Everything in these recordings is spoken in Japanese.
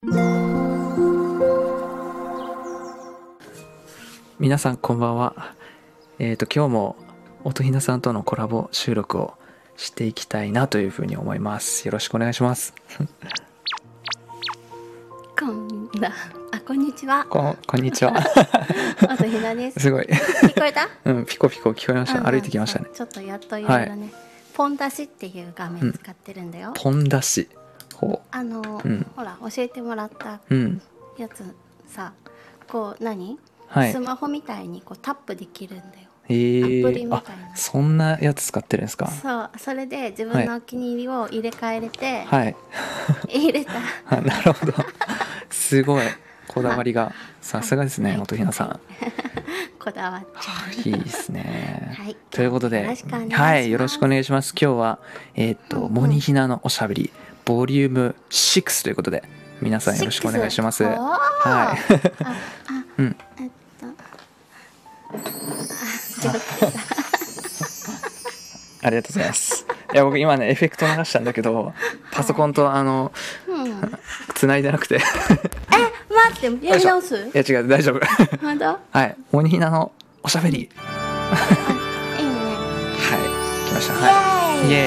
皆さんこんばんは。今日も音ひなさんとのコラボ収録をしていきたいなというふうに思います。よろしくお願いします。 こんにちは。 こんにちは。 音ひなです。 すごい。 聞こえた？ ピコピコ聞こえました。歩いてきましたね。 ちょっとやっといろいろね、ポン出しっていう画面使ってるんだよ。 ポン出し。ほら教えてもらったやつさ、こうスマホみたいにこうタップできるんだよ。アプリみたいな。 そんなやつ使ってるんですか？ そう、それで自分のお気に入りを入れ替えれて、入れた。 なるほど。すごいこだわりがさすがですね、音ひなさん。 こだわっちゃう。いいですね。 はい。 ということで、 よろしくお願いします。 はい、よろしくお願いします。今日はモニヒナのおしゃべりボリューム6ということで、皆さんよろしくお願いします。はい。ありがとうございます。いや僕今ねエフェクト流したんだけど、パソコンと繋いでなくて。 待って、やり直す？ いや違う、大丈夫。 本当？ はい、モニヒナのおしゃべり。 いいね。 はい、来ました。はい、イエ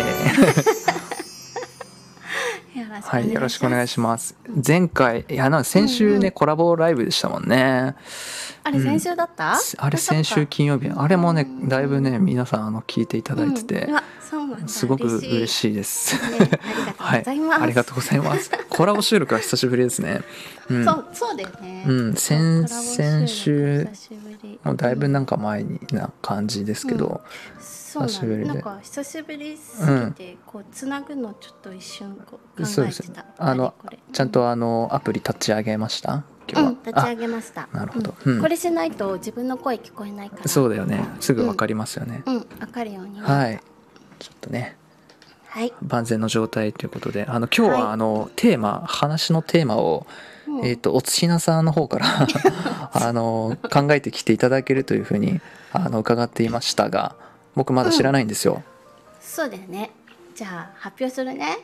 ーイ。はい、よろしくお願いします。前回先週ね、コラボライブでしたもんね。 あれ先週だった？ あれ先週金曜日。あれもねだいぶね皆さん聞いていただいてて、すごく嬉しいです。 ありがとうございます。 ありがとうございます。コラボ収録は久しぶりですね。 そうだよね。 先々週もうだいぶなんか前な感じですけど、 久しぶりで。なんか久しぶりすぎてこうつなぐのちょっと一瞬考えてた。 ちゃんとアプリ立ち上げました？今日は立ち上げました。 なるほど。 これしないと自分の声聞こえないから。 そうだよね。すぐわかりますよね。 わかるように。 はい。ちょっとね。 はい。 万全の状態ということで、今日は話のテーマをおつひなさんの方から考えてきていただけるというふうに伺っていましたが、僕まだ知らないんですよ。 そうだよね。じゃあ発表するね。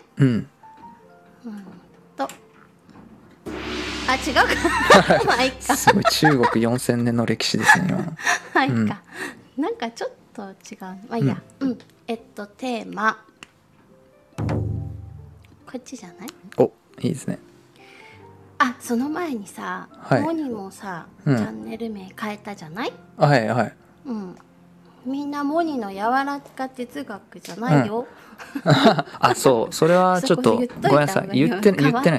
違うか。まあいいか。 すごい中国4000年の歴史ですね今。 まあいいか。なんかちょっと違う。まあいいや。テーマこっちじゃない？ お、いいですね。 その前にさ、モニもさ、チャンネル名変えたじゃない？ はいはい。 みんなモニの柔らか哲学じゃないよ。 そう、それはちょっとごめんなさい。言ってない。 あ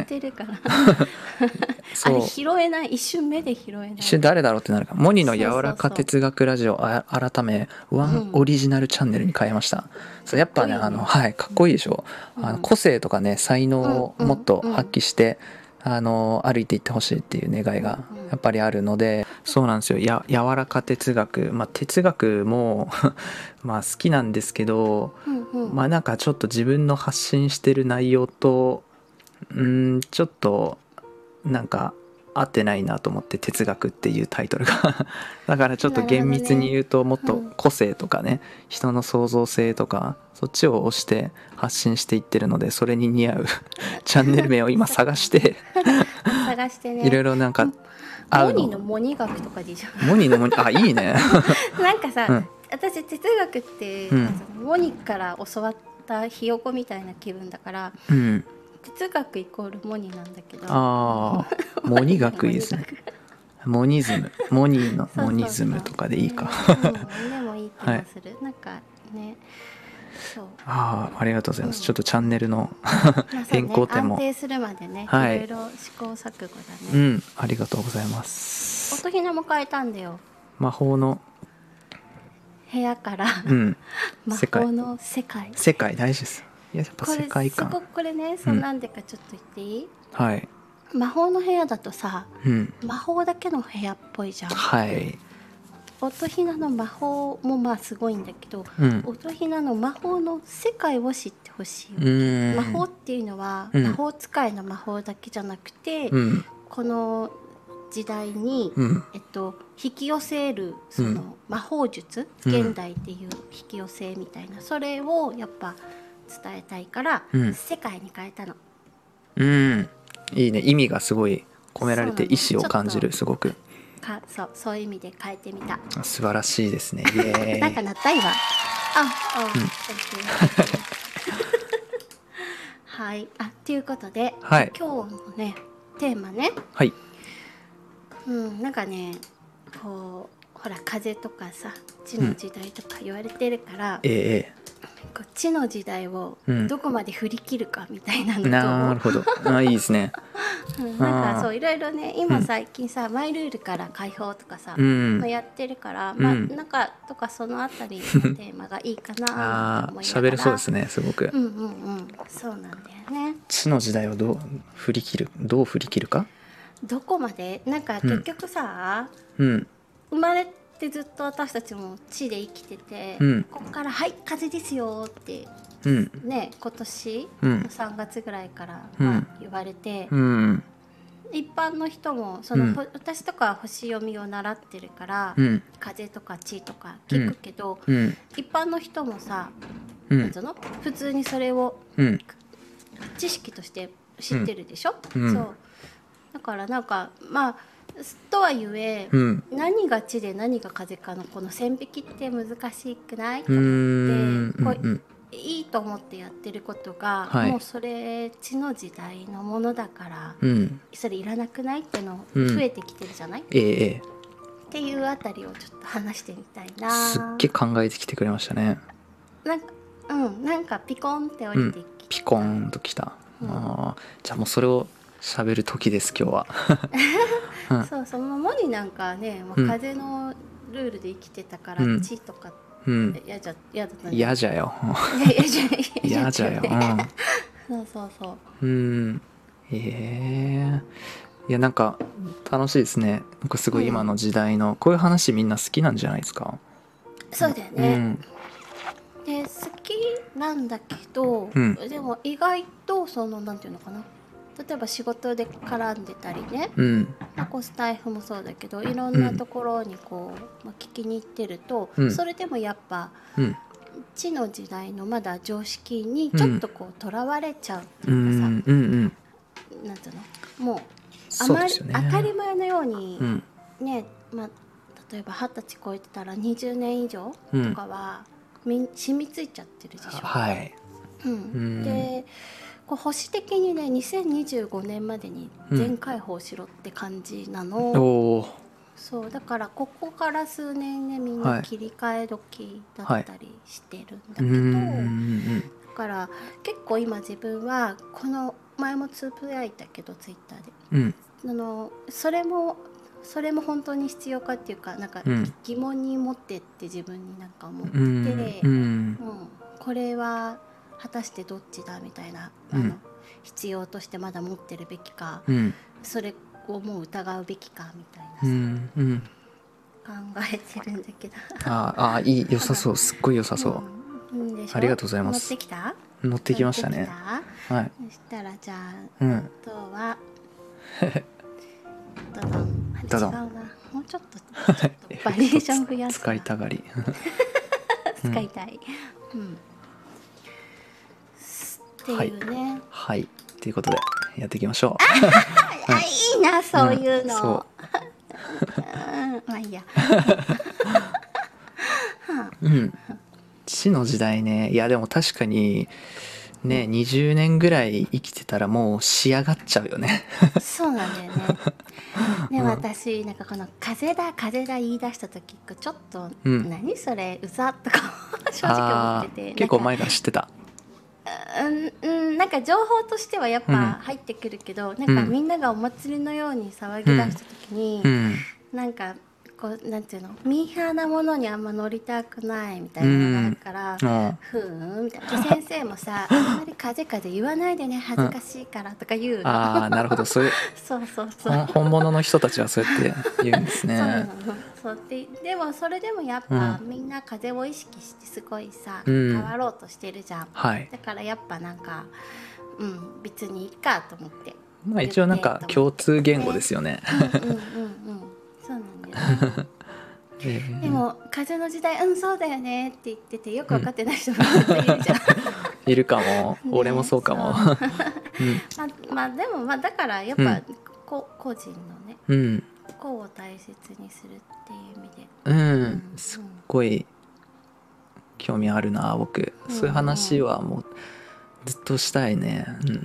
れ拾えない。一瞬目で拾えない。 一瞬誰だろうってなるか。モニの柔らか哲学ラジオ改めワンオリジナルチャンネルに変えました。やっぱねかっこいいでしょ。個性とかね才能をもっと発揮して歩いていってほしいっていう願いがやっぱりあるので、そうなんですよ。柔らか哲学、哲学も好きなんですけど、なんかちょっと自分の発信してる内容とちょっとなんか合ってないなと思って、哲学っていうタイトルがだからちょっと厳密に言うともっと個性とかね、人の創造性とかそっちを推して発信していってるので、それに似合うチャンネル名を今探してね、いろいろなんかモニのモニ学とかでいいじゃん。 モニのモニいいね。 なんかさ、私哲学って、モニから教わったひよこみたいな気分だから、哲学イコールモニなんだけど。 モニ学いいですね。モニズム、モニのモニズムとかでいいか。 でもいい気がする。なんかね。 ありがとうございます。ちょっとチャンネルの変更点も安定するまでね、いろいろ試行錯誤だね。 ありがとうございます。 音ひなも変えたんだよ。 魔法の部屋から魔法の世界大事です。やっぱ世界観これね、なんでかちょっと言っていい？ はい。 魔法の部屋だとさ、魔法だけの部屋っぽいじゃん。 はい。 音ひなの魔法もすごいんだけど、音ひなの魔法の世界を知ってほしい。魔法っていうのは、魔法使いの魔法だけじゃなくて、この時代に、引き寄せるその魔法術、現代っていう引き寄せみたいな、それをやっぱ伝えたいから、世界に変えたの。 いいね、意味がすごい込められて意志を感じる、すごくそういう意味で変えてみた。 素晴らしいですね。イエーイなんか鳴った今。はい、ということで、 はい、 今日のねテーマね、 はい、 なんかねこうほら風とかさ地の時代とか言われてるから、こう地の時代をどこまで振り切るかみたいなのと、 なるほど、いいですね。 なんかそういろいろね今最近さ、マイルールから解放とかさ、やってるから、なんかとかそのあたりのテーマがいいかなと思いながら喋れそうですね、すごく。 そうなんだよね。 地の時代をどう振り切るか、 どこまでなんか結局さ、生まれてずっと私たちも地で生きてて、ここからはい風ですよってね、今年の3月ぐらいから言われて、一般の人もその、私とかは星読みを習ってるから、風とか地とか聞くけど、一般の人もさ、普通にそれを知識として知ってるでしょ、そうだからなんかとはいえ、何が地で何が風かのこの線引きって難しくないと思って、いいと思ってやってることが、もうそれ地の時代のものだから、それいらなくないっての増えてきてるじゃない、っていうあたりをちょっと話してみたいな。 すっげえ考えてきてくれましたね。 なんかピコンって降りてきた、 ピコンときた。じゃあもうそれを喋る時です今日は。 そうそのモニなんかね、風のルールで生きてたから、地とか嫌だったね。 嫌じゃよ。嫌じゃよ。そういやなんか楽しいですね。なんかすごい今の時代のこういう話みんな好きなんじゃないですか。 そうだよね。で好きなんだけど、でも意外とそのなんていうのかな、例えば仕事で絡んでたりね、スタイフもそうだけどいろんなところにこう、聞きに行ってると、それでもやっぱ、地の時代のまだ常識にちょっとこうとらわれちゃうっていうかさ、なんていうの、もうあまり当たり前のように、ね、例えば20歳超えてたら20年以上とかは、染みついちゃってるでしょ。でこう保守的にね2025年までに全開放しろって感じなの、そうだからここから数年ねみんな切り替え時だったりしてるんだけど、だから結構今自分はこの前もつぶやいたけどツイッターで、それも本当に必要かっていうかなんか疑問に持ってって自分になんか思ってて、これは果たしてどっちだみたいな、必要としてまだ持ってるべきか、それをもう疑うべきかみたいなさ、考えてるんだけどいい良さそう、すっごい良さそう、ありがとうございます。乗ってきましたね。はい。 そしたらじゃあ、今日は違うな、もうちょっとバリエーション増やす使いたがり使いたい、っていうね。 はい、ということでやっていきましょう。いいなそういうの。まあいいや。 地の時代ね。いやでも確かにね、20年ぐらい生きてたらもう仕上がっちゃうよね。 そうなんだよね。でも私なんかこの風だ言い出した時ちょっと、何それうざとか正直思ってて、 結構前から知ってた。 なんか情報としてはやっぱ入ってくるけど、なんかみんながお祭りのように騒ぎ出した時に、なんかこうなんていうの、ミーハーなものにあんま乗りたくないみたいなのがあるから、ふーんみたいな。先生もさあんまり風言わないでね恥ずかしいからとか言うの。 なるほど、そういうそう本物の人たちはそうやって言うんですね。 そうでもそれでもやっぱ、みんな風を意識してすごいさ、変わろうとしてるじゃん、だからやっぱなんか別にいいかと思って、 一応なんか共通言語ですよね。 そうなんだよね。でも風の時代そうだよねって言っててよく分かってない人もいるじゃん。 いるかも、俺もそうかも。 まあでもまあだからやっぱ、個人のね、個を大切にするっていう意味で、 すっごい興味あるな僕、そういう話はもうずっとしたいね。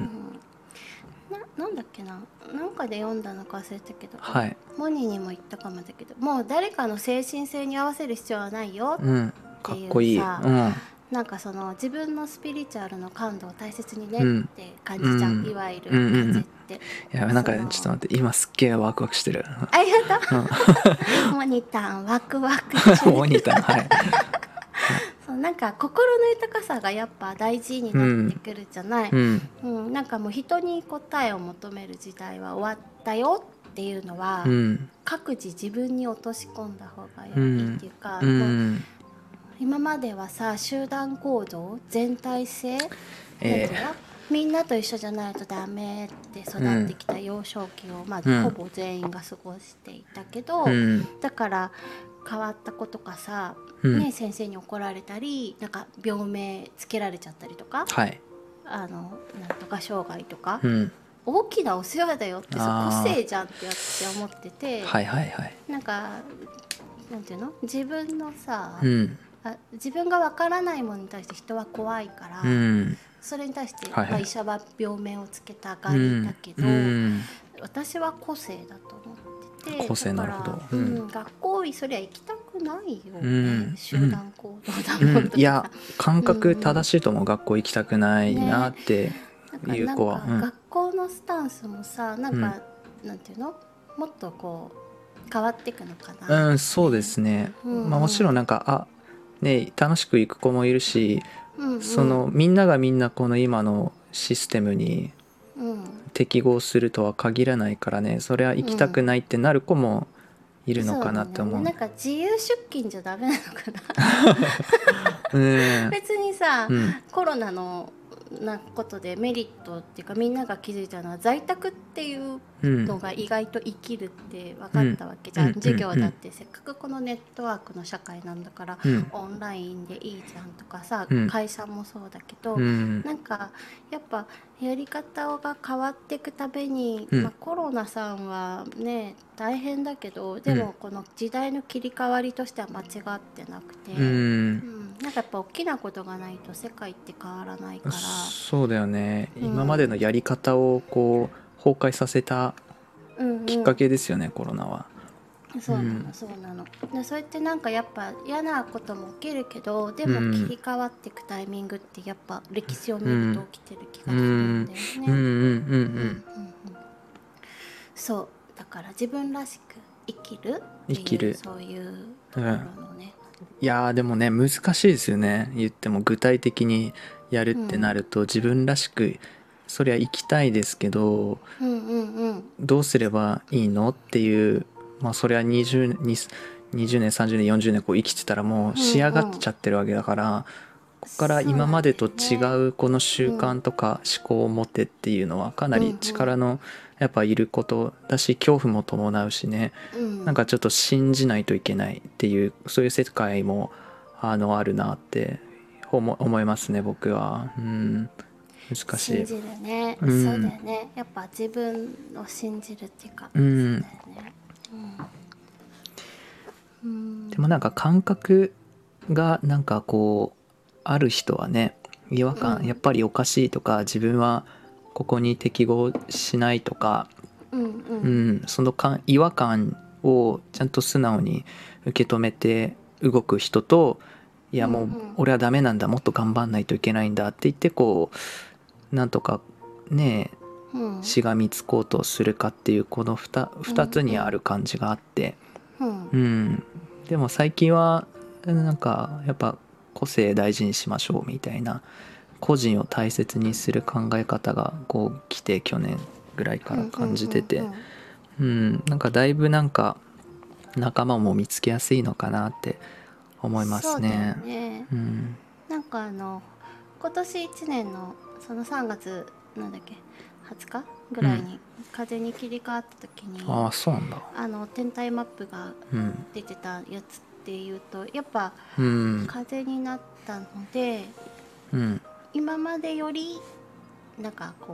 なんだっけな、なんかで読んだのか忘れたけど、 はい、 モニにも言ったかもだけど、もう誰かの精神性に合わせる必要はないよっていうさ、なんかその自分のスピリチュアルの感度を大切にねって感じじゃん、いわゆる風って、 いやなんかちょっと待って、今すっげえワクワクしてる。 ありがとう、モニタンワクワク中。 モニタン、はい。 そうなんか心の豊かさがやっぱ大事になってくるじゃない、なんかもう人に答えを求める時代は終わったよっていうのは、各自自分に落とし込んだ方がいいっていうか、今まではさ集団行動全体性、みんなと一緒じゃないとダメって育ってきた幼少期を、まあほぼ全員が過ごしていたけど、だから変わった子とかさ、ね、先生に怒られたりなんか病名つけられちゃったりとか、なんとか障害とか、大きなお世話だよってさ、個性じゃんって私は思ってて、なんかなんていうの、自分のさ、自分がわからないものに対して人は怖いから、それに対して、医者は病名をつけたがりだけど、私は個性だと思ってて、 個性、なるほど。 学校そりゃ行きたくないよね、集団行動だもんとかさ、 いや感覚正しいと思う、学校行きたくないなっていう子は。 学校のスタンスもさ、なんか、なんていうの、もっとこう変わっていくのかな。 そうですね、まあもちろんなんかね、楽しく行く子もいるし、そのみんながみんなこの今のシステムに適合するとは限らないからね、それは行きたくないってなる子もいるのかなって思う。 なんか自由出勤じゃダメなのかな。別にさ、コロナのなことでメリットっていうか、みんなが気づいたのは在宅っていうのが意外と生きるって分かったわけじゃん。授業だってせっかくこのネットワークの社会なんだから、オンラインでいいじゃんとかさ、会社もそうだけど、なんかやっぱやり方が変わっていくたびに、コロナさんはね大変だけど、でもこの時代の切り替わりとしては間違ってなくて、なんかやっぱ大きなことがないと世界って変わらないから。 そうだよね、今までのやり方をこう崩壊させたきっかけですよね、コロナは。 そうなの、そうなの。でそうやってなんかやっぱ嫌なことも起きるけど、でも切り替わっていくタイミングってやっぱ歴史を見ると起きてる気がするんだよね。そうだから自分らしく生きるっていう、そういうところのね、 いやでもね難しいですよね。言っても具体的にやるってなると、自分らしくそりゃ生きたいですけど、どうすればいいのっていう、まあそれは20年30年40年こう生きてたらもう仕上がっちゃってるわけだから、ここから今までと違うこの習慣とか思考を持ってっていうのはかなり力のやっぱいることだし、恐怖も伴うしね、なんかちょっと信じないといけないっていう、そういう世界もあるなって思いますね、僕は。難しい。 信じるね、そうだよね、やっぱ自分を信じるっていうか、そうだよね。 でもなんか感覚がなんかこうある人はね、違和感、やっぱりおかしいとか、自分はここに適合しないとか、その違和感をちゃんと素直に受け止めて動く人と、いやもう俺はダメなんだ、もっと頑張んないといけないんだって言ってこうなんとかねしがみつこうとするかっていう、この 2つにある感じがあって、でも最近はなんかやっぱ個性大事にしましょうみたいな、個人を大切にする考え方がこう来て、去年ぐらいから感じてて、なんかだいぶなんか仲間も見つけやすいのかなって思いますね。 そうだよね。なんか今年1年のその3月なんだっけ20日ぐらいに風に切り替わった時に、 そうなんだ、 天体マップが出てたやつっていうと、やっぱ風になったので、今までよりなんかこう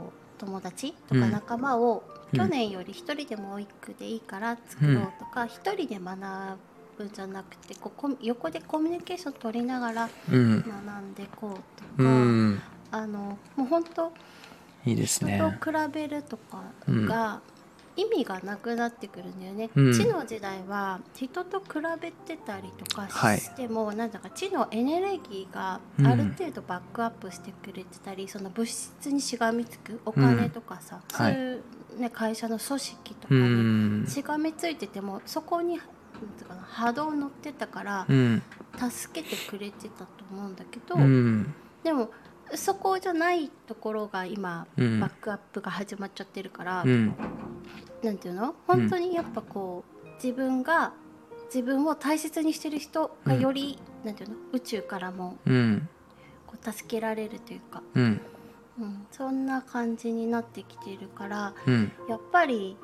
友達とか仲間を去年より一人でも多くでいいから作ろうとか、一人で学ぶんじゃなくて横でコミュニケーション取りながら学んでいこうとか、もう本当いいですね。 人と比べるとかが意味がなくなってくるんだよね。知の時代は人と比べてたりとかしても、なんだか知のエネルギーがある程度バックアップしてくれてたり、その物質にしがみつくお金とかさ、そういう、ね、会社の組織とかにしがみついてても、そこになんていうかな、波動乗ってたから助けてくれてたと思うんだけど、でもそこじゃないところが今、バックアップが始まっちゃってるから、なんていうの、本当にやっぱこう自分を大切にしてる人がより、なんていうの、宇宙からもこう助けられるというか、そんな感じになってきてるから、やっぱり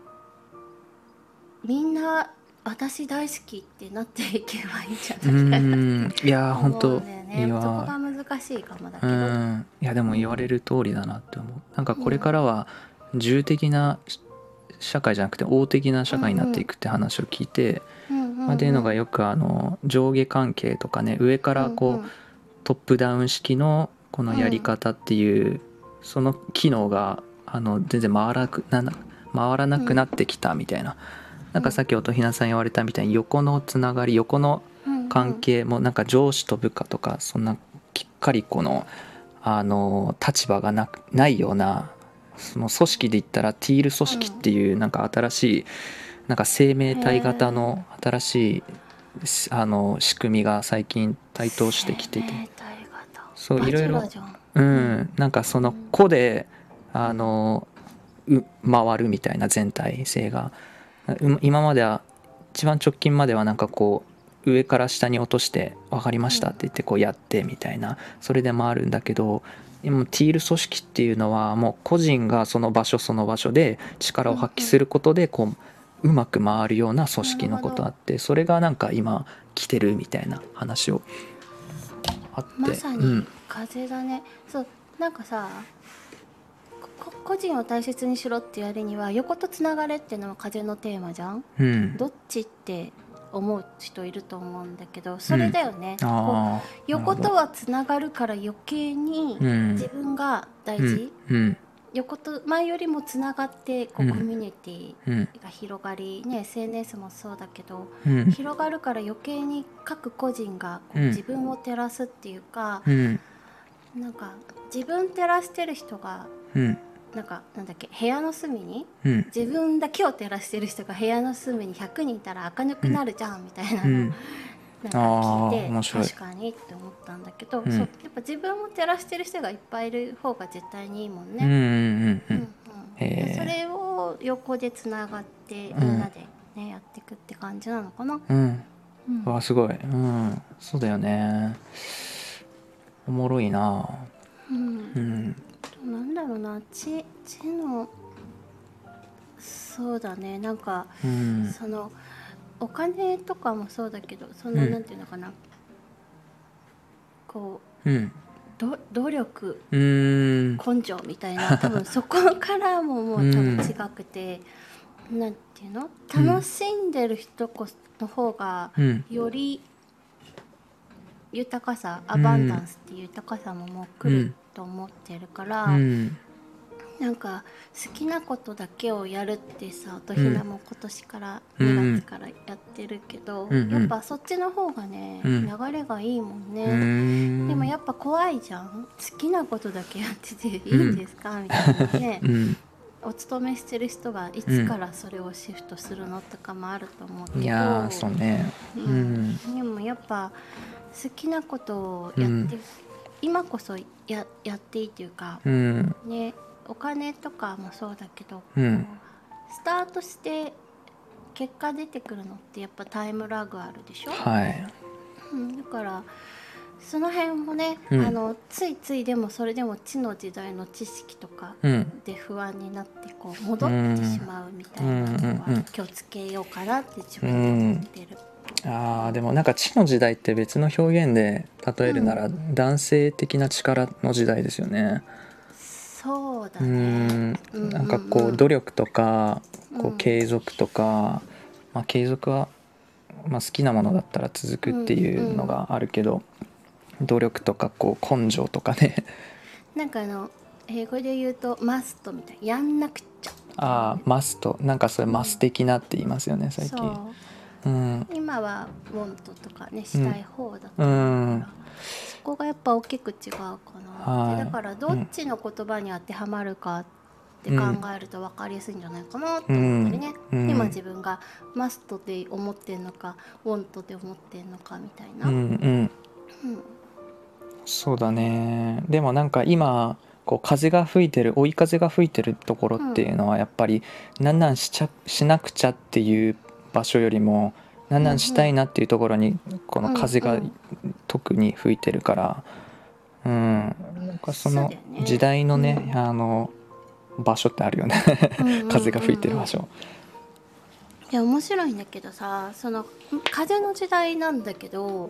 みんな私大好きってなっていけばいいんじゃないかなって。 いや本当いいわ。 そこが難しいかもだけど、 いやでも言われる通りだなって思う。なんかこれからは重的な社会じゃなくて応的な社会になっていくって話を聞いて、っていうのがよく上下関係とかね、上からこう、トップダウン式のこのやり方っていう、その機能が全然回らなくなってきたみたいな、なんかさっき音ひなさん言われたみたいに横のつながり、横の関係もなんか上司と部下とか、そんなきっかりこの立場がないような、その組織で言ったらティール組織っていうなんか新しいなんか生命体型の新しい仕組みが最近台頭してきてて、そういろいろなんかその個で回るみたいな全体性が、今までは一番直近まではなんかこう上から下に落として分かりましたって言ってこうやってみたいな、それで回るんだけど、今ティール組織っていうのはもう個人がその場所その場所で力を発揮することでこううまく回るような組織のことあって、それがなんか今来てるみたいな話をあって、 まさに風だね。そうなんかさ、個人を大切にしろってやるには横とつながれっていうのは風のテーマじゃん、どっちって思う人いると思うんだけど、それだよね、こう横とはつながるから余計に自分が大事、横と前よりもつながってこうコミュニティが広がり、ね、SNS もそうだけど、広がるから余計に各個人がこう自分を照らすっていうか、なんか自分照らしてる人が、なんだっけ、部屋の隅に、自分だけを照らしてる人が部屋の隅に100人いたら明るくなるじゃんみたいなの、なんか聞いて確かにって思ったんだけど、そうやっぱ自分を照らしてる人がいっぱいいる方が絶対にいいもんね。それを横でつながってみんなで、ね、やっていくって感じなのかな。 わすごい、そうだよね。おもろいな。 なんだろうな、知の、そうだね、なんか、そのお金とかもそうだけど、その、なんていうのかな、こう、努力、根性みたいな、多分そこからもう多分違くて、なんていうの、楽しんでる人の方がより豊かさ、アバンダンスっていう豊かさももう来ると思ってるから、なんか好きなことだけをやるってさ、音ひなも今年から2月からやってるけど、やっぱそっちの方がね、流れがいいもんね。でもやっぱ怖いじゃん、好きなことだけやってていいんですか、みたいなね、お勤めしてる人がいつからそれをシフトするのとかもあると思うけど、 いやそうね、 でもやっぱ好きなことをやって、今こそやっていいというか、ね、お金とかもそうだけど、スタートして結果出てくるのってやっぱタイムラグあるでしょ。だからその辺もね、ついついでもそれでも知の時代の知識とかで不安になってこう戻ってしまうみたいなのは気をつけようかなって自分で思ってる。 でもなんか知の時代って別の表現で例えるなら男性的な力の時代ですよね。 そうだね。 なんかこう努力とかこう継続とか、まあ継続はまあ好きなものだったら続くっていうのがあるけど、努力とかこう根性とかねなんか英語で言うとマストみたいな、やんなくちゃ。 ああマスト、なんかそれマス的なって言いますよね最近。 そう、今はウォントとかねしたい方だったから、そこがやっぱ大きく違うかな、だからどっちの言葉に当てはまるかって考えると分かりやすいんじゃないかなと思ったりね、今自分がマストで思ってんのかウォントで思ってんのかみたいな。 そうだね。でもなんか今こう風が吹いてる、追い風が吹いてるところっていうのはやっぱりなんなんしなくちゃっていう場所よりもなんなんしたいなっていうところにこの風が特に吹いてるから、なんかその時代のね、場所ってあるよね風が吹いてる場所。 いや面白いんだけどさ、その風の時代なんだけど、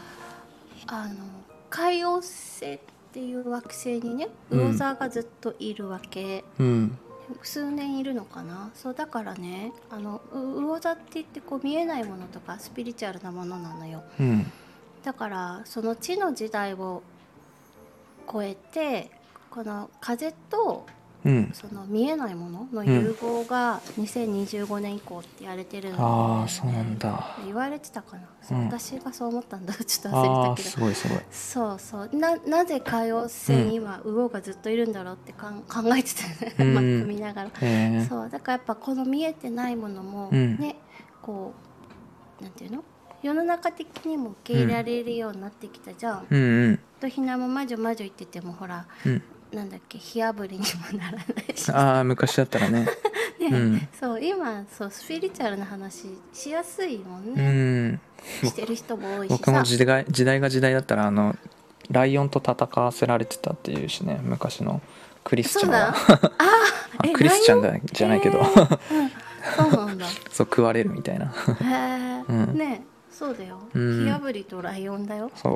海王星っていう惑星にね魚座がずっといるわけ、数年いるのかな。そうだからね、魚座って言ってこう見えないものとかスピリチュアルなものなのよ、だからその地の時代を超えてこの風とその見えないものの融合が2025年以降って言われてるので、 ああそうなんだ。 言われてたかな、そう、私がそう思ったんだちょっと忘れたけど、 すごいすごい。 そうなぜ海王星に今魚がずっといるんだろうって考えてたよねマップ見ながら、そうだからやっぱこの見えてないものもね、こうなんていうの、世の中的にも受け入れられるようになってきたじゃん、とひなも魔女言っててもほら、なんだっけ火あぶりにもならないし、 昔だったらねそう今そうスピリチュアルな話しやすいもんね、してる人も多いしさ。 僕も時代が時代だったらライオンと戦わせられてたっていうしね、昔のクリスチャンはクリスチャンじゃないけどそうなんだそう食われるみたいなへえ、ねそうだよ、火あぶりとライオンだよ、 そう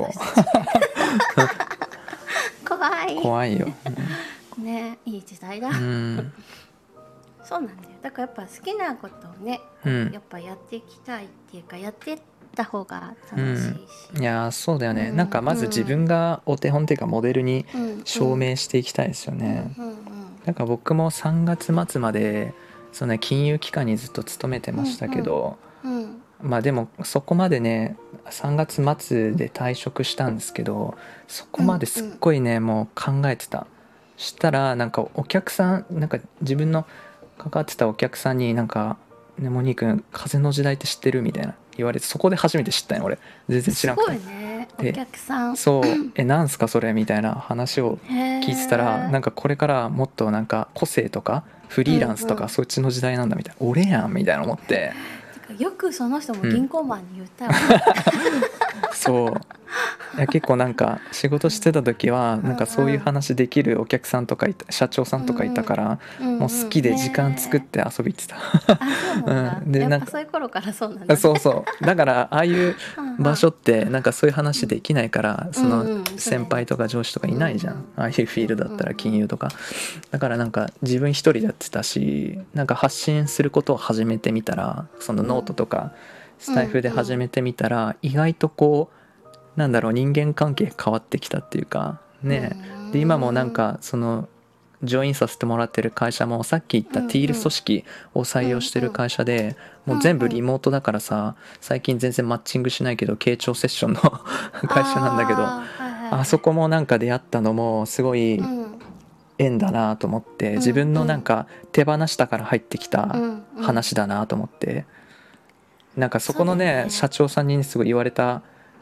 怖いよ、 ねいい時代だそうなんだよ。だからやっぱ好きなことをね、やっぱやっていきたいっていうかやってった方が楽しいし、 いやそうだよね、なんかまず自分がお手本っていうかモデルに証明していきたいですよね。だから僕も3月末までその、金融機関にずっと勤めてましたけど、まあでもそこまでね3月末で退職したんですけど、そこまですっごいねもう考えてた。したらなんかお客さん、なんか自分の関わってたお客さんになんか「ねモニー君風の時代って知ってる?」みたいな言われて、そこで初めて知ったんよ俺。全然知らなくて。 すごいね、お客さん。 そうなんすかそれみたいな話を聞いてたら、なんかこれからもっとなんか個性とかフリーランスとかそっちの時代なんだみたいな、俺やんみたいな思って。 よくその人も銀行マンに言ったよね、 そういや結構なんか仕事してた時はなんかそういう話できるお客さんとか社長さんとかいたから、もう好きで時間作って遊びに行ってた。 でやっぱそういう頃からそうなんだ、ね、 そうだからああいう場所ってなんかそういう話できないから、その先輩とか上司とかいないじゃん、ああいうフィールドだったら金融とかだからなんか自分一人でやってたし、なんか発信することを始めてみたら、そのノートとかスタイフで始めてみたら意外とこうなんだろう、人間関係変わってきたっていうかね。で今もなんかそのジョインさせてもらってる会社もさっき言ったティール組織を採用してる会社で、もう全部リモートだからさ、最近全然マッチングしないけど傾聴セッションの会社なんだけど、あそこもなんか出会ったのもすごい縁だなと思って、自分のなんか手放したから入ってきた話だなと思って、なんかそこのね社長さんにすごい言われた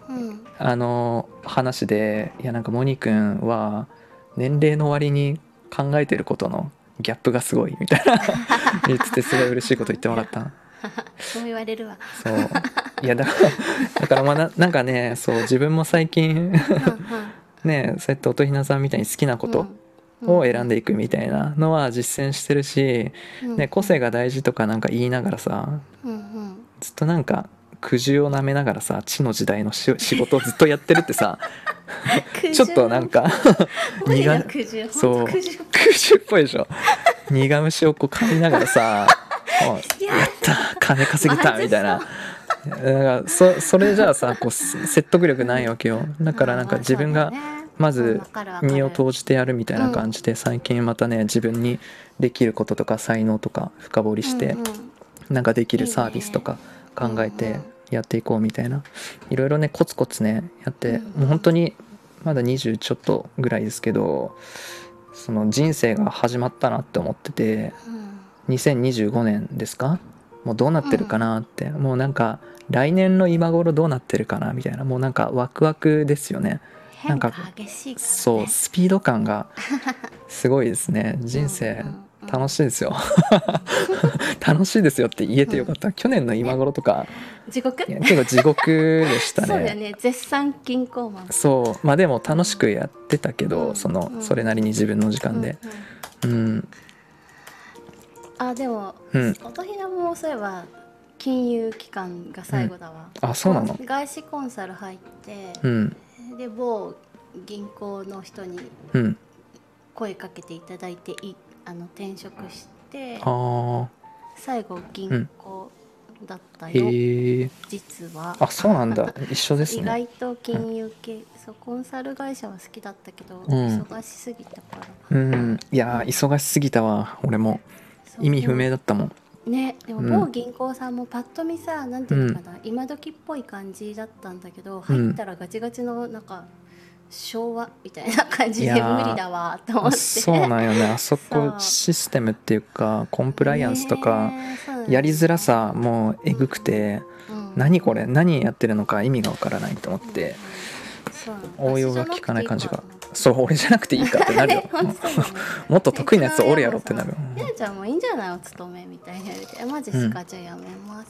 話で、いやなんかモニ君は年齢の割に考えてることのギャップがすごいみたいな言ってて、すごい嬉しいこと言ってもらった。 そう言われるわ。 そういやだからまあなんかね、そう自分も最近ねそうやって音ひなさんみたいに好きなことを選んでいくみたいなのは実践してるし、ね、個性が大事とかなんか言いながらさ、ずっとなんかくじを舐めながらさ地の時代の仕事をずっとやってるってさちょっとなんかそうくじっぽいでしょ。苦虫をこう噛みながらさやった金稼げたみたいな。だからそれじゃあさこう説得力ないわけよ。だからなんか自分がまず身を投じてやるみたいな感じで、最近またね自分にできることとか才能とか深掘りしてなんかできるサービスとか考えてやっていこうみたいな、いろいろねコツコツねやって、もう本当にまだ20ちょっとぐらいですけど、その人生が始まったなって思ってて、2025年ですか、もうどうなってるかなって、もうなんか来年の今頃どうなってるかなみたいな、もうなんかワクワクですよね。なんかそうスピード感がすごいですね。人生楽しいですよ楽しいですよって言えてよかった。去年の今頃とか地獄結構地獄でしたね。 そうだよね、絶賛銀行マン。 そうまあでも楽しくやってたけど、それなりに自分の時間ででも、音ひなもそういえば金融機関が最後だわ。 あ、そうなの。 外資コンサル入って、で某銀行の人に声かけていただいて転職して、最後銀行だったよ、実は。あ、 そうなんだ一緒ですね。 意外と金融系、そうコンサル会社は好きだったけど、忙しすぎたから。 いや忙しすぎたわ俺も。意味不明だったもんね。でも某銀行さんもパッと見さ、なんていうのかな、今時っぽい感じだったんだけど、入ったらガチガチのなんか昭和みたいな感じで無理だわと思って。 そうなんよね。あそこシステムっていうかコンプライアンスとかやりづらさもうえぐくて、何これ何やってるのか意味がわからないと思って、応用が効かない感じが。そう俺じゃなくていいかってなるよもっと得意なやつおるやろってなる。 やちゃんもいいんじゃないお勤めみたいな言われて、マジですか、じゃあやめます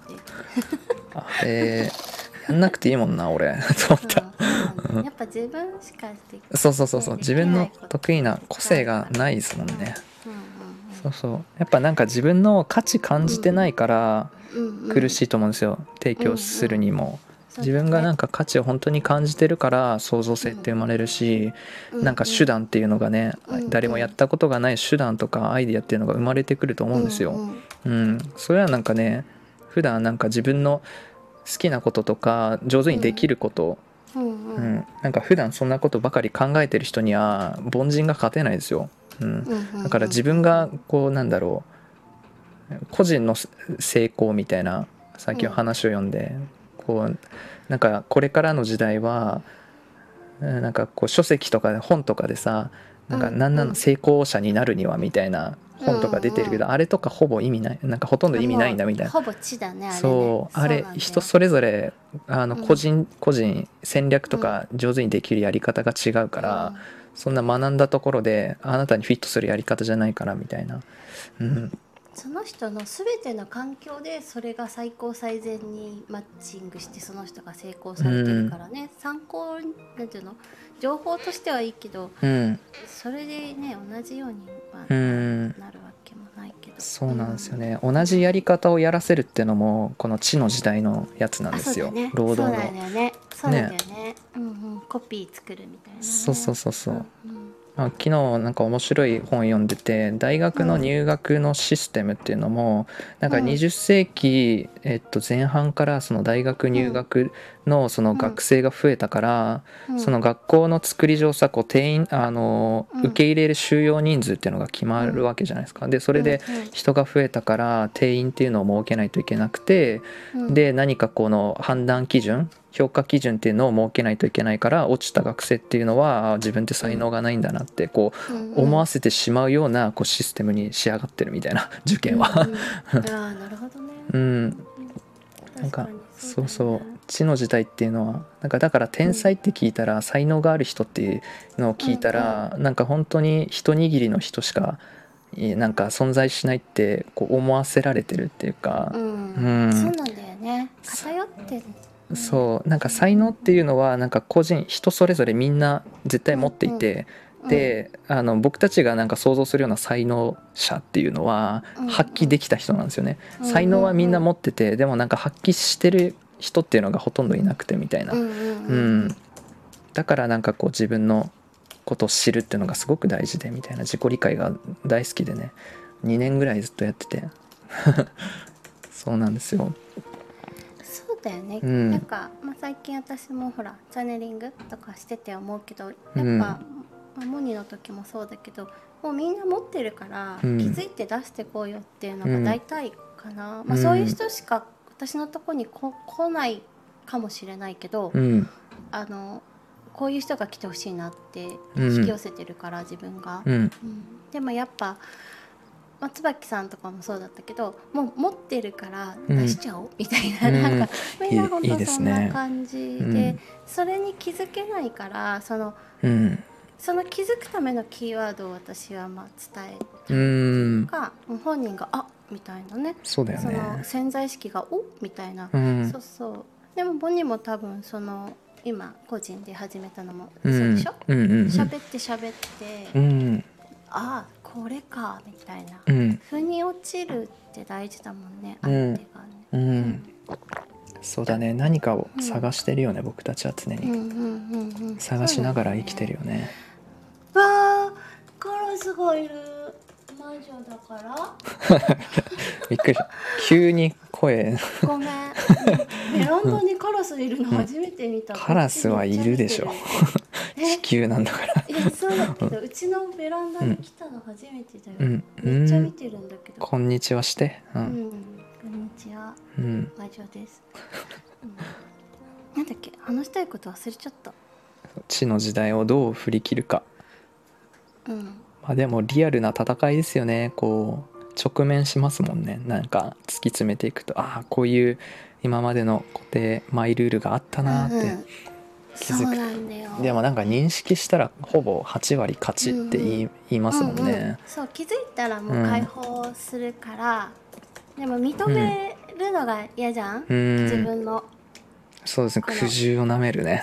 ってやんなくていいもんな俺と思った。 やっぱ自分しかできそう自分の得意な個性がないですもんね。そうやっぱなんか自分の価値感じてないから苦しいと思うんですよ、提供するにも。自分がなんか価値を本当に感じてるから創造性って生まれるし、なんか手段っていうのがね、誰もやったことがない手段とかアイディアっていうのが生まれてくると思うんですよ。それはなんかね、普段なんか自分の好きなこととか上手にできること、なんか普段そんなことばかり考えてる人には凡人が勝てないですよ。だから自分がこうなんだろう、個人の成功みたいな、さっきの話を読んで、こうなんかこれからの時代はなんかこう書籍とか本とかでさ、なんか何なの成功者になるにはみたいな本とか出てるけど、あれとかほぼ意味ない、なんかほとんど意味ないんだみたいな。 ほぼ知だね、あれね。 そうあれ人それぞれ個人戦略とか上手にできるやり方が違うから、そんな学んだところであなたにフィットするやり方じゃないからみたいな。 その人の全ての環境でそれが最高最善にマッチングしてその人が成功されてるからね、参考なんていうの、情報としてはいいけど、それでね同じようにはなるわけもないけど。 そうなんですよね、同じやり方をやらせるっていうのもこの地の時代のやつなんですよ。労働の。 そうだよね。そうだよね。コピー作るみたいな、ね。 そう。昨日なんか面白い本読んでて、大学の入学のシステムっていうのもなんか20世紀前半からその大学入学のその学生が増えたから、その学校の作り上さ、こう定員受け入れる収容人数っていうのが決まるわけじゃないですか。でそれで人が増えたから定員っていうのを設けないといけなくて、で何かこの判断基準、評価基準っていうのを設けないといけないから、落ちた学生っていうのは自分って才能がないんだなってこう思わせてしまうようなこうシステムに仕上がってるみたいな、受験は。 なるほどね。 なんかそう地の時代っていうのはなんかだから天才って聞いたら、才能がある人っていうのを聞いたら、なんか本当に一握りの人しかなんか存在しないってこう思わせられてるっていうか。 そうなんだよね、偏ってる。 そうなんか才能っていうのはなんか人それぞれみんな絶対持っていて、 で、僕たちがなんか想像するような才能者っていうのは発揮できた人なんですよね。才能はみんな持ってて、でもなんか発揮してる人っていうのがほとんどいなくてみたいな、だからなんかこう自分のことを知るっていうのがすごく大事でみたいな、自己理解が大好きでね、2年ぐらいずっとやっててそうなんですよ。 そうだよね、なんか、最近私もほらチャネリングとかしてて思うけど、やっぱ、モニの時もそうだけど、もうみんな持ってるから、気づいて出してこうよっていうのが大体かな、そういう人しか私のとこに来ないかもしれないけど、こういう人が来てほしいなって引き寄せてるから、自分が、でもやっぱ椿さんとかもそうだったけど、もう持ってるから出しちゃおうみたいな、なんかみんな本当そんな感じで、それに気づけないから、その気づくためのキーワードを私は伝えたっていうか、本人があみたいなね、 そうだよね、 その潜在意識がおみたいな、そうそう。でもボニも多分その今個人で始めたのもそうでしょ、喋って、ああこれかみたいな、腑に落ちるって大事だもんね、相手がね。 そうだね、何かを探してるよね、僕たちは常に探しながら生きてるよね。 わあ、カラスがいる。魔女だからびっくりした、急に声ごめん、ベランダにカラスいるの初めて見た。 カラスはいるでしょ地球なんだから。 いやそうだけど、うちのベランダに来たの初めてだよ、めっちゃ見てるんだけど。 こんにちはして、 こんにちは、魔女です、なんだっけ、話したいこと忘れちゃった。 地の時代をどう振り切るか。でもリアルな戦いですよね。こう直面しますもんね。なんか突き詰めていくと、ああこういう今までの固定マイルールがあったなって気づく、 そうなんだよ。 でもなんか認識したらほぼ8割勝ちって言いますもんね。 そう気づいたらもう解放するから、でも認めるのが嫌じゃん、自分の。そうですね、 苦渋をなめるね。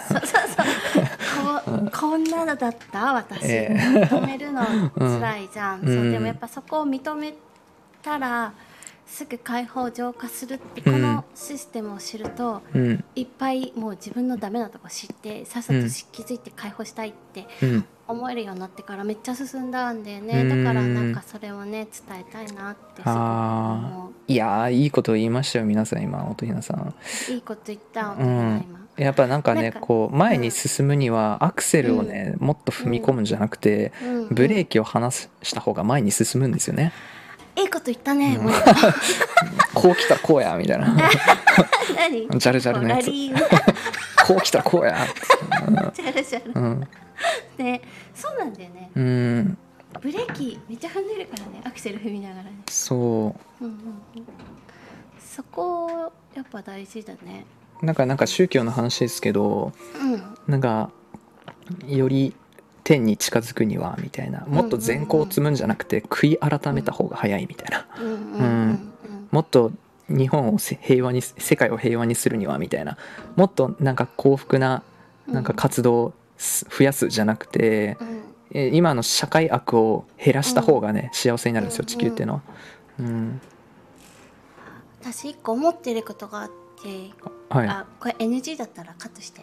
こんなのだった私、認めるの辛いじゃん、そうでもやっぱそこを認めたらすぐ解放浄化するってこのシステムを知ると、いっぱいもう自分のダメなとこ知ってさっさと気づいて解放したいって思えるようになってからめっちゃ進んだんだよね。だからなんかそれをね伝えたいなってすごく思う。 いやいいこと言いましたよ皆さん今。音ひなさんいいこと言った音ひな今。 やっぱなんかねこう前に進むにはアクセルをねもっと踏み込むんじゃなくてブレーキを離した方が前に進むんですよね。 いいこと言ったね。 こう来たらこうやみたいな何ジャルジャルのやつこう来たらこうやジャルジャルね、そうなんだよね。ブレーキめっちゃ踏んでるからね、アクセル踏みながらね。 そう、 そこやっぱ大事だね。 なんか宗教の話ですけど、なんかより天に近づくにはみたいな、もっと善行を積むんじゃなくて悔い改めた方が早いみたいな、もっと日本を平和に世界を平和にするにはみたいな、もっとなんか幸福ななんか活動を増やすじゃなくて、今の社会悪を減らした方がね、幸せになるんですよ地球っていうのは。 私一個思ってることがあって、あこれ NG だったらカットして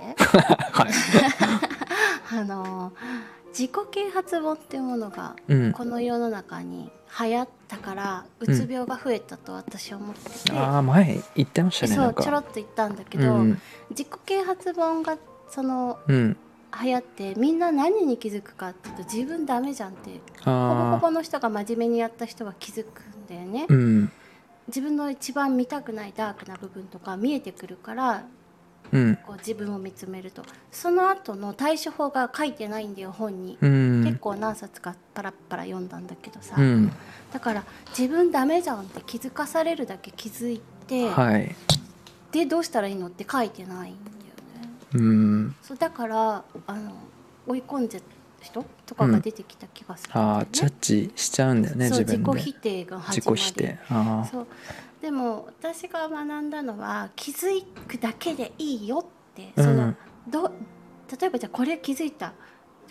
自己啓発本っていうものがこの世の中に流行ったからうつ病が増えたと私は思ってて、 前言ってましたね。 そうちょろっと言ったんだけど、自己啓発本がその、流行ってみんな何に気づくかっていうと、自分ダメじゃんってほぼほぼの人が真面目にやった人は気づくんだよね。自分の一番見たくないダークな部分とか見えてくるから、こう自分を見つめるとその後の対処法が書いてないんだよ本に。結構何冊かパラッパラ読んだんだけどさ、だから自分ダメじゃんって気づかされるだけ気づいて、でどうしたらいいのって書いてないんだよね。そうだから追い込んじゃった人とかが出てきた気がするんだよね。 ジャッジしちゃうんだよね。自分で自己否定が始まる。自己否定。そうでも私が学んだのは気づくだけでいいよって、例えばじゃあこれ気づいた、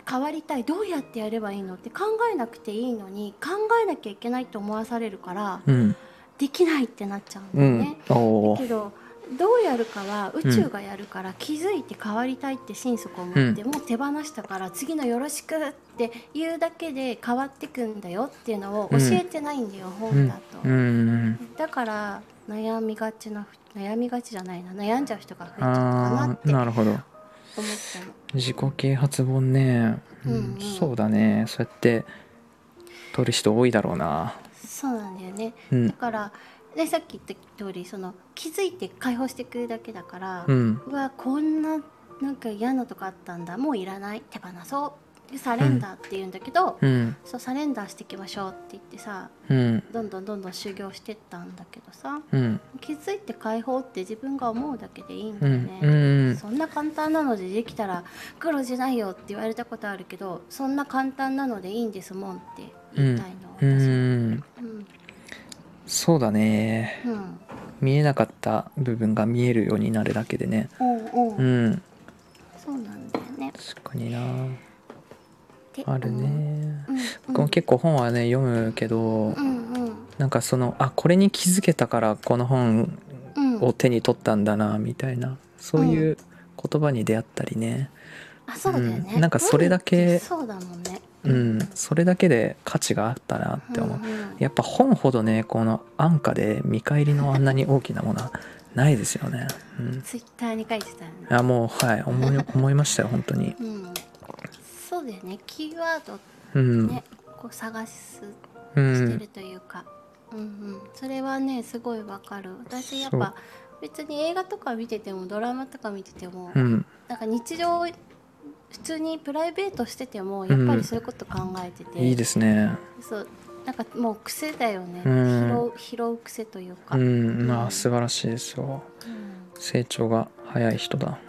変わりたい、どうやってやればいいのって考えなくていいのに、考えなきゃいけないと思わされるから、できないってなっちゃうんだよね。だけどどうやるかは宇宙がやるから、気づいて変わりたいって心底思って、もう手放したから次のよろしくって言うだけで変わってくんだよっていうのを教えてないんだよ、本だと。だから悩みがちじゃないな、悩んじゃう人が増えちゃうかなって思ったの。 自己啓発本ね、そうだね、そうやって取る人多いだろうな。 そうなんだよね、だからでさっき言った通り、その気づいて解放してくるだけだから、うわこんななんか嫌なとこあったんだ、もういらない、手放そうでサレンダーって言うんだけど、そうサレンダーしていきましょうって言ってさ、どんどん修行してったんだけどさ、気づいて解放って自分が思うだけでいいんだよね。そんな簡単なのでできたら苦労しないよって言われたことあるけど、そんな簡単なのでいいんですもんって言いたいの、私。 そうだね、見えなかった部分が見えるようになるだけでね。そうなんだよね。 確かにな、あるね。僕も結構本はね読むけど、なんかそのこれに気づけたからこの本を手に取ったんだなみたいな、そういう言葉に出会ったりね。 そうだよね。 なんかそれだけ、 そうだもんね。 それだけで価値があったなって思う。やっぱ本ほどね、この安価で見返りのあんなに大きなものはないですよね。 ツイッターに書いてたよね。 もう思いましたよ本当に。 そうだよね、キーワードね、こう探してるというか、それはねすごいわかる。私やっぱ別に映画とか見ててもドラマとか見てても、なんか日常普通にプライベートしててもやっぱりそういうこと考えてて、 いいですね。 そうなんかもう癖だよね、拾う癖というか。 素晴らしいですよ、成長が早い人だ。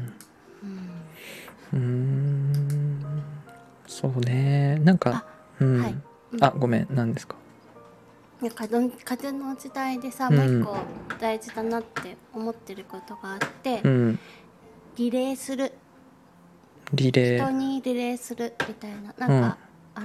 そうね、なんかごめん、何ですか。 風の時代でさ、もう一個大事だなって思ってることがあって、リレーする、人にリレーするみたいな、なんか、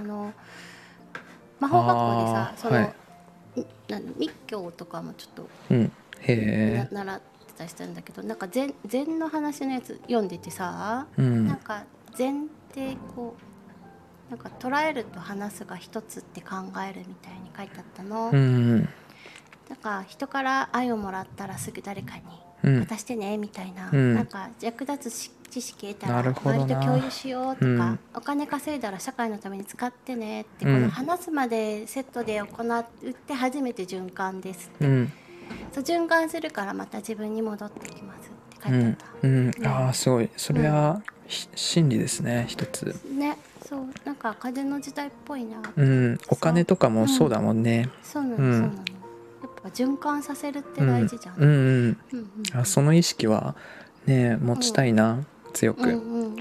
魔法学校でさ、その、密教とかもちょっと、習ってたりしたんだけど、なんか禅の話のやつ読んでてさ、なんか禅ってこうなんか捉えると話すが一つって考えるみたいに書いてあったの。なんか人から愛をもらったらすぐ誰かに渡してねみたいな、なんか役立つ知識得たら周りと共有しようとか、お金稼いだら社会のために使ってねって、この話すまでセットで行って初めて循環ですって、そう循環するからまた自分に戻ってきますって書いてあった。 すごい、それは、真理ですね、一つね。そうなんか風の時代っぽいな。 お金とかもそうだもんね。 そうなの、そうなの。やっぱ循環させるって大事じゃん。 その意識はね持ちたいな、強く。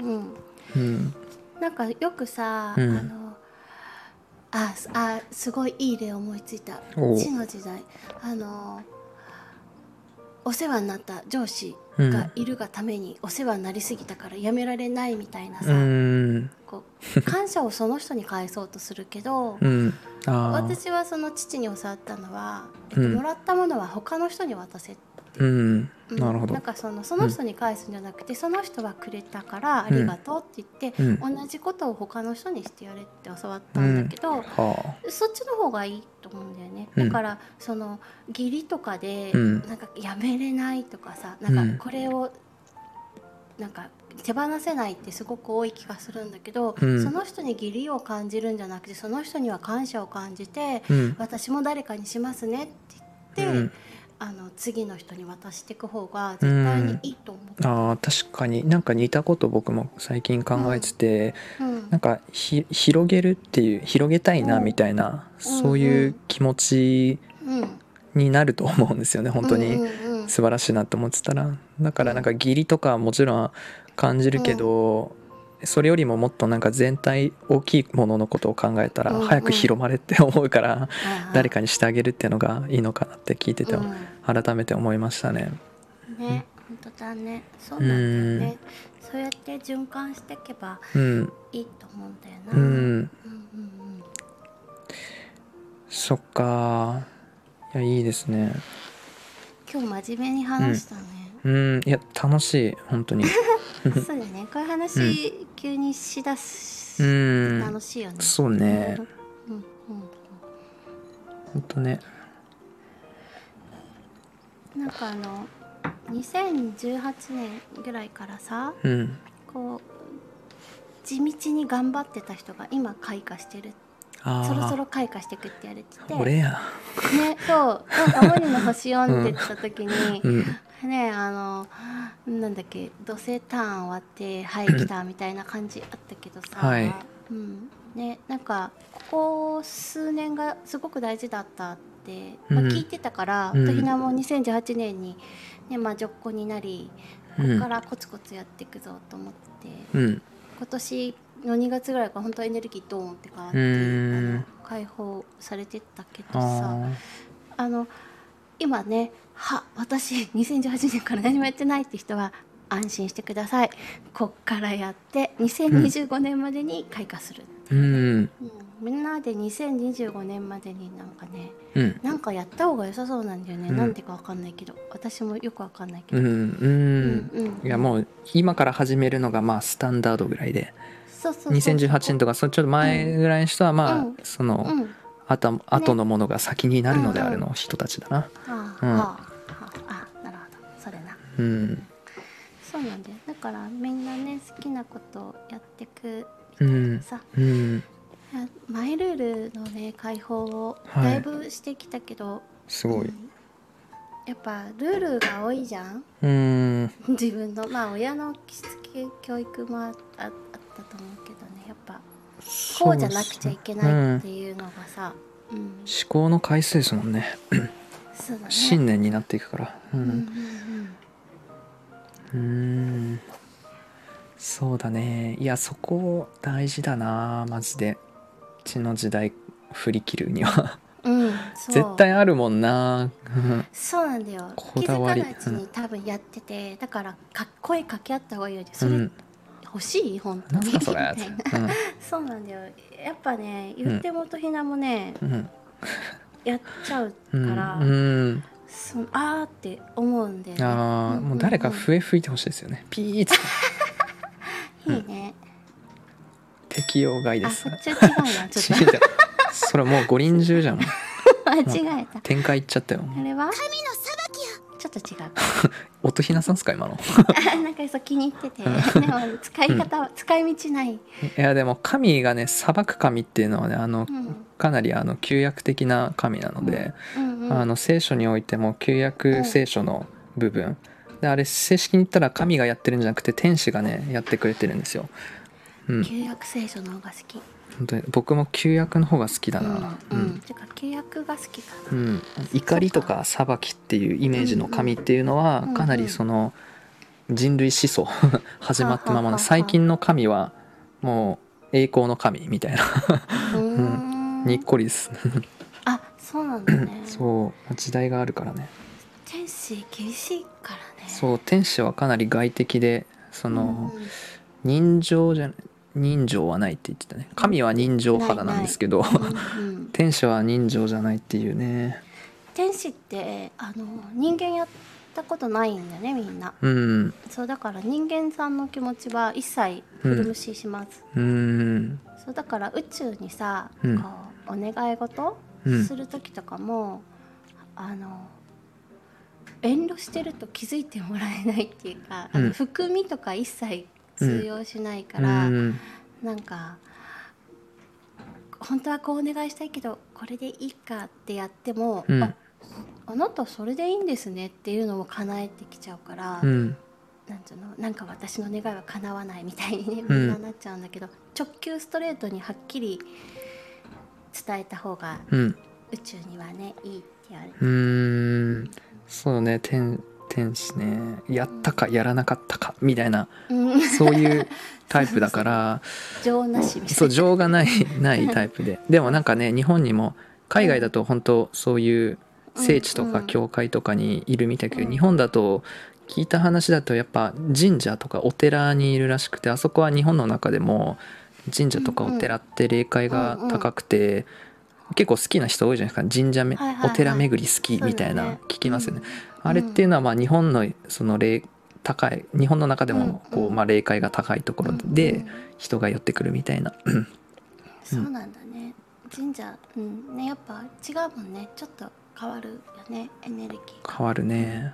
なんかよくさ、すごいいい例思いついた。地の時代、お世話になった上司がいるがためにお世話になりすぎたから辞められないみたいなさ、こう感謝をその人に返そうとするけど、私はその父に教わったのは、もらったものは他の人に渡せって。 なるほど。 なんかその人に返すんじゃなくて、その人はくれたからありがとうって言って、同じことを他の人にしてやれって教わったんだけど、そっちの方がいいと思うんだよね。だからその義理とかでなんかやめれないとかさ、なんかこれをなんか手放せないってすごく多い気がするんだけど、その人に義理を感じるんじゃなくて、その人には感謝を感じて、私も誰かにしますねって言って、次の人に渡していく方が絶対にいいと思う。 確かになんか似たこと僕も最近考えてて、なんか広げるっていう、広げたいなみたいな、そういう気持ちになると思うんですよね、本当に。素晴らしいなと思ってたら。だからなんか義理とかもちろん感じるけど、それよりももっとなんか全体大きいもののことを考えたら早く広まれって思うから、誰かにしてあげるっていうのがいいのかなって聞いてて改めて思いましたね。 本当だね。そうなんだよね。そうやって循環していけばいいと思うんだよな。 そっか。いや、いいですね。 今日真面目に話したね。 いや楽しい本当に。 そうだね。こういう話、急にしだす楽しいよね。 そうね。本当ね。 なんか2018年ぐらいからさ、こう地道に頑張ってた人が今開花してる。そろそろ開花してくって言われてて。 俺や。 ね、そうなんか「モニの星」読んでた時に、ねなんだっけ土星ターン終わってはい来たみたいな感じあったけどさ、ね、なんかここ数年がすごく大事だったって、聞いてたから、音ひなも2018年に、ね、ジョッコになり、ここからコツコツやっていくぞと思って、今年の2月ぐらいから本当エネルギードーンって変わって解放されてったけどさ、今ね私2018年から何もやってないって人は安心してください。こっからやって2025年までに開花する。みんなで2025年までになんかね、なんかやった方が良さそうなんだよね。なんでかわかんないけど、私もよくわかんないけど、 いやもう今から始めるのがまあスタンダードぐらいで、2018年とかちょっと前ぐらいの人はまあその後のものが先になるのであるの人たちだな。 なるほど、それな。そうなんだよ。だからみんなね好きなことをやってくみたいなさ、マイルールのね解放をだいぶしてきたけど、 すごい、 やっぱルールが多いじゃん。自分の親のしつけ教育もあったと思うけどね、やっぱこうじゃなくちゃいけないっていうのがさ、思考の回数ですもんね。 そうだね、 信念になっていくから。そうだね。いやそこ大事だなマジで。うちの時代振り切るには絶対あるもんな。 そうなんだよ。気づかないうちに多分やってて、だから声かけ合った方がいいよ。それ欲しい本当にみたいな。そうなんだよ。やっぱね言ってもとひなもね、やっちゃうからあーって思うんで、 もう誰か笛吹いてほしいですよね。ピーっていいね。 適用外です。 そっち違うなちょっとそれもう五輪中じゃん。 間違えた。 展開いっちゃったよ。 あれは神の裁きや。ちょっと違う。 音ひなさんすか今の。 なんか気に入ってて、でも使い方は、使い道ない。いやでも神がね裁く神っていうのはねかなり旧約的な神なので、聖書においても旧約聖書の部分で、あれ正式に言ったら神がやってるんじゃなくて天使がねやってくれてるんですよ。 旧約聖書の方が好き。 本当に僕も旧約の方が好きだな。 てか旧約が好きかな。怒りとか裁きっていうイメージの神っていうのはかなりその人類思想始まったままの、最近の神はもう栄光の神みたいなにっこりです。 そうなんだね。 そう時代があるからね。 天使厳しいからね。 そう天使はかなり外的で、その人情はないって言ってたね。神は人情肌なんですけど天使は人情じゃないっていうね。 天使って人間やったことないんだよねみんな。そうだから人間さんの気持ちは一切古無視します。そうだから宇宙にさ、こうお願い事する時とかも遠慮してると気づいてもらえないっていうか、含みとか一切通用しないから、なんか本当はこうお願いしたいけどこれでいいかってやっても、あなたそれでいいんですねっていうのも叶えてきちゃうから、なんか私の願いは叶わないみたいにねみんななっちゃうんだけど、直球ストレートにはっきり伝えた方が宇宙にはねいいって言われて。 そうね、天使ね、やったかやらなかったかみたいな、そういうタイプだから情なしみたいな。 そう情がないタイプででもなんかね日本にも海外だと本当そういう聖地とか教会とかにいるみたいだけど、日本だと聞いた話だとやっぱ神社とかお寺にいるらしくて、あそこは日本の中でも神社とかお寺って霊界が高くて、結構好きな人多いじゃないですか。神社お寺巡り好きみたいな聞きますよね。あれっていうのはまあ日本のその日本の中でもこうまあ霊界が高いところで人が寄ってくるみたいな。 そうなんだね。神社ね、やっぱ違うもんね。ちょっと変わるよね、エネルギー変わるね。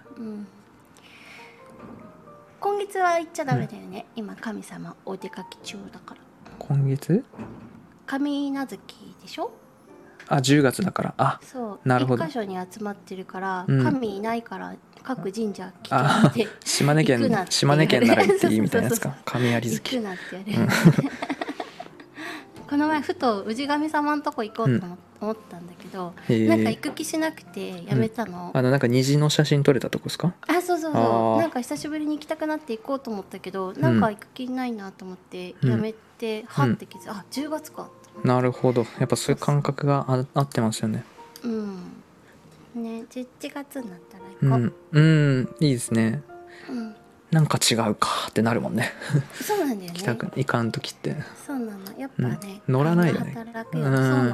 今月は行っちゃダメだよね。今神様お出かけ中だから。 今月？ 神無月でしょ？ 10月だから。あ、 そう。 なるほど。 一箇所に集まってるから、神いないから各神社来て島根県なら行っていいみたいなやつか。神有月。 行くなってやる。この前ふと氏神様のとこ行こうと思ったんだけど、なんか行く気しなくてやめたの。 なんか虹の写真撮れたとこですか？ そうなんか久しぶりに行きたくなって行こうと思ったけど、なんか行く気ないなと思ってやめて、はって気づいて、10月か。 なるほど。やっぱそういう感覚が合ってますよね。 ね、11月になったら行こう。いいですね。なんか違うかってなるもんね。 そうなんだよね。 行かん時って。 そうなの。やっぱね。 乗らないよね。 働くよ。そうなの。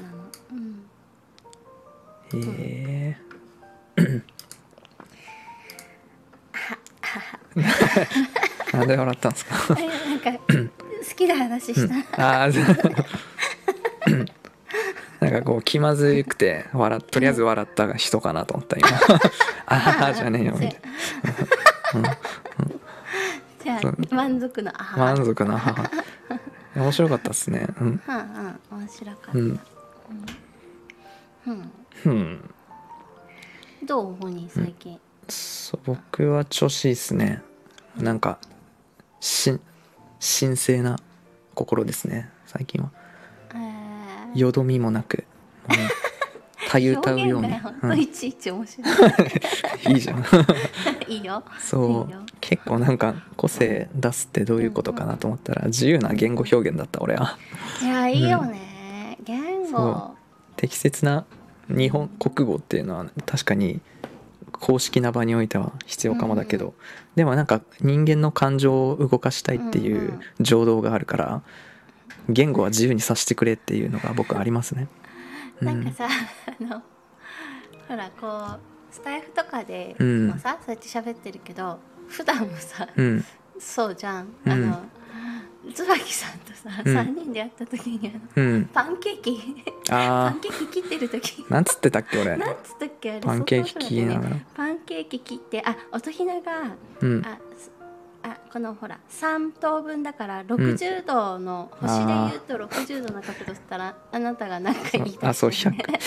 なんで笑ったんですか？ なんか好きな話した。 なんかこう気まずくてとりあえず笑った人かなと思った今。じゃねえよみたいな。 じゃあ満足の面白かったですね。 面白かった。どうホニー最近？ 僕は調子いいですね。なんか神聖な心ですね最近は。よどみもなくたゆたうように。 いちいち面白い。いいじゃん。 いいよ。 そう結構なんか個性出すってどういうことかなと思ったら自由な言語表現だった俺は。 いやいいよね、言語。 適切な日本国語っていうのは確かに公式な場においては必要かもだけど、でもなんか人間の感情を動かしたいっていう情動があるから、言語は自由にさせてくれっていうのが僕ありますね。 なんかさ、ほらこうスタイフとかでもさ、そうやって喋ってるけど普段もさ、そうじゃん。椿さんとさ、3人で会った時にパンケーキ切ってる時なんつってたっけ俺。 なんつったっけあれ。 パンケーキ切りながら。 パンケーキ切って音ひながこのほら3等分だから60度の、星で言うと60度の角度したらあなたが何か言いたい、ね、 そう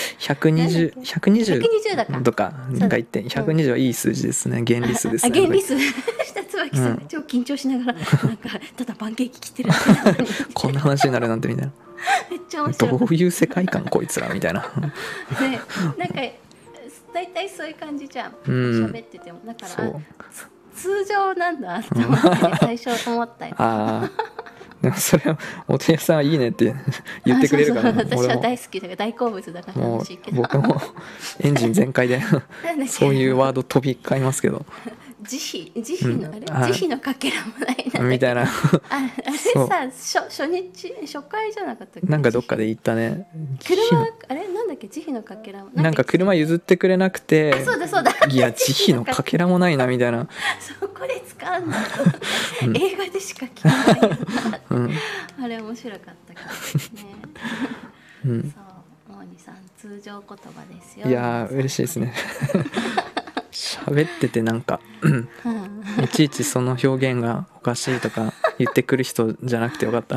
120だとかなんか言って120はいい数字ですね。原理数ですね。 原理数した椿さんが超緊張しながらなんかただパンケーキ切ってるこんな話になるなんてみたいな。 めっちゃ面白い。 どういう世界観こいつらみたいな。 ね、なんか大体そういう感じじゃん。喋っててもだから通常なんだと思って最初思ったよ。 でもそれはお手屋さんはいいねって言ってくれるから、 私は大好きだから大好物だから楽しいけど、 僕もエンジン全開でそういうワード飛び交いますけど、 慈悲の慈悲のかけらもないなみたいな。 あれさ初回じゃなかったっけ？ なんかどっかで言ったね。 あれなんだっけ？慈悲のかけらもなんか車譲ってくれなくて、 そうだいや慈悲のかけらもないなみたいな。 そこで使うんだ映画でしか聞かないあれ面白かったからね。そうモーニさん通常言葉ですよ。 いや嬉しいですね。喋っててなんかいちいちその表現がおかしいとか言ってくる人じゃなくてよかった。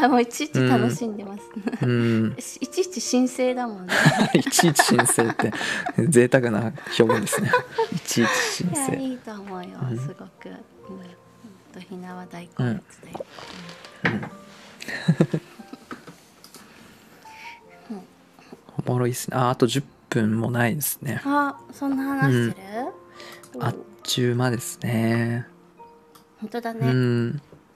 もういちいち楽しんでます、いちいち神聖だもんね。 いちいち神聖って贅沢な表現ですね。いちいち神聖。 いいと思うよ、すごく。ひなは大好物で、 おもろいですね。あと10分もないですね。 そんな話してる？ あっちゅう間ですね。 本当だね。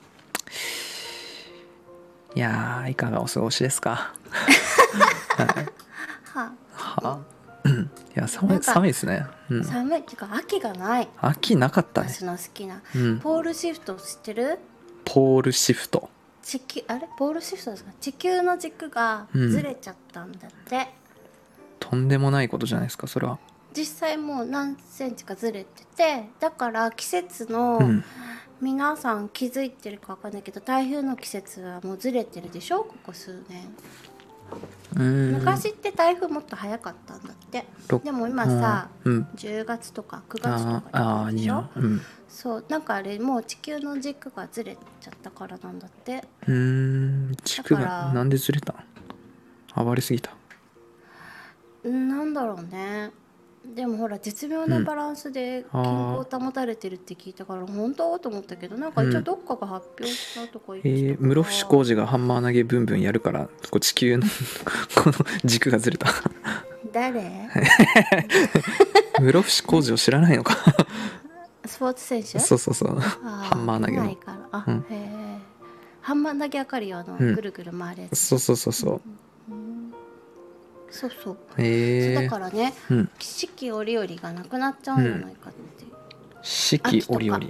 いやいかがお過ごしですか？ いや寒いですね、 寒いっていうか秋がない。 秋なかったね。 私の好きな、ポールシフト知ってる？ ポールシフト、 ポールシフトですか？地球の軸がずれちゃったんだって、 とんでもないことじゃないですかそれは。 実際もう何センチかずれてて、だから季節の、皆さん気づいてるか分かんないけど台風の季節はもうずれてるでしょ、ここ数年。昔って台風もっと早かったんだって。でも今さ、10月とか9月とかでしょ。そうなんかあれもう地球の軸がずれちゃったからなんだって。 軸がなんでずれた？暴れすぎた？ なんだろうね。でもほら絶妙なバランスで健康を保たれてるって聞いたから、本当と思ったけど、なんか一応どっかが発表したとか言ってたから、 室伏広治がハンマー投げブンブンやるからこう地球のこの軸がずれた。 誰？ 室伏広治を知らないのか？ スポーツ選手？ そうハンマー投げの。 へえ。ハンマー投げわかるよ、ぐるぐる回るやつ。 そうそうだからね、四季折々がなくなっちゃうんじゃないかって。 四季折々、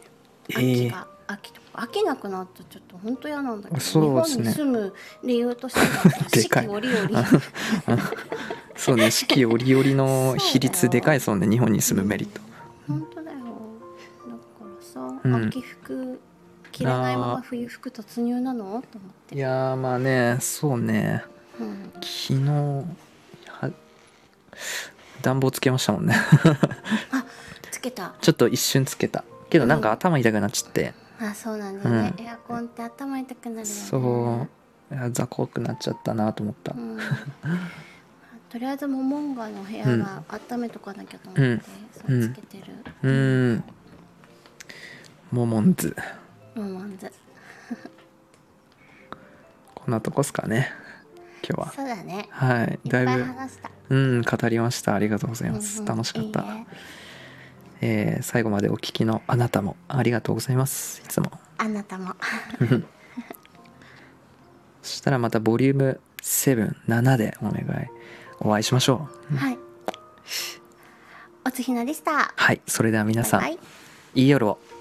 秋なくなったらちょっと本当嫌なんだけど、 そうですね、 日本に住む理由としては四季折々 そうね、四季折々の比率でかいですもんね、日本に住むメリット。 本当だよ。だからさ、秋服着れないまま冬服突入なのと思って。 いやまあね、そうね、昨日暖房つけましたもんね。 あ、つけた。 ちょっと一瞬つけたけどなんか頭痛くなっちゃって、 そうなんだよね、エアコンって頭痛くなるよね。 そう雑魚くなっちゃったなと思った。 とりあえずモモンガの部屋は温めとかなきゃと思って、そうつけてる。 モモンズこんなとこっすかね今日は。 そうだね、 はい、だいぶ話した。 語りました。ありがとうございます、楽しかった。いいね。最後までお聞きのあなたもありがとうございます。いつもあなたもそしたらまたボリューム7でお会いしましょう。 はい、おつひなでした。 はい、それでは皆さん、 バイバイ。 いい夜を。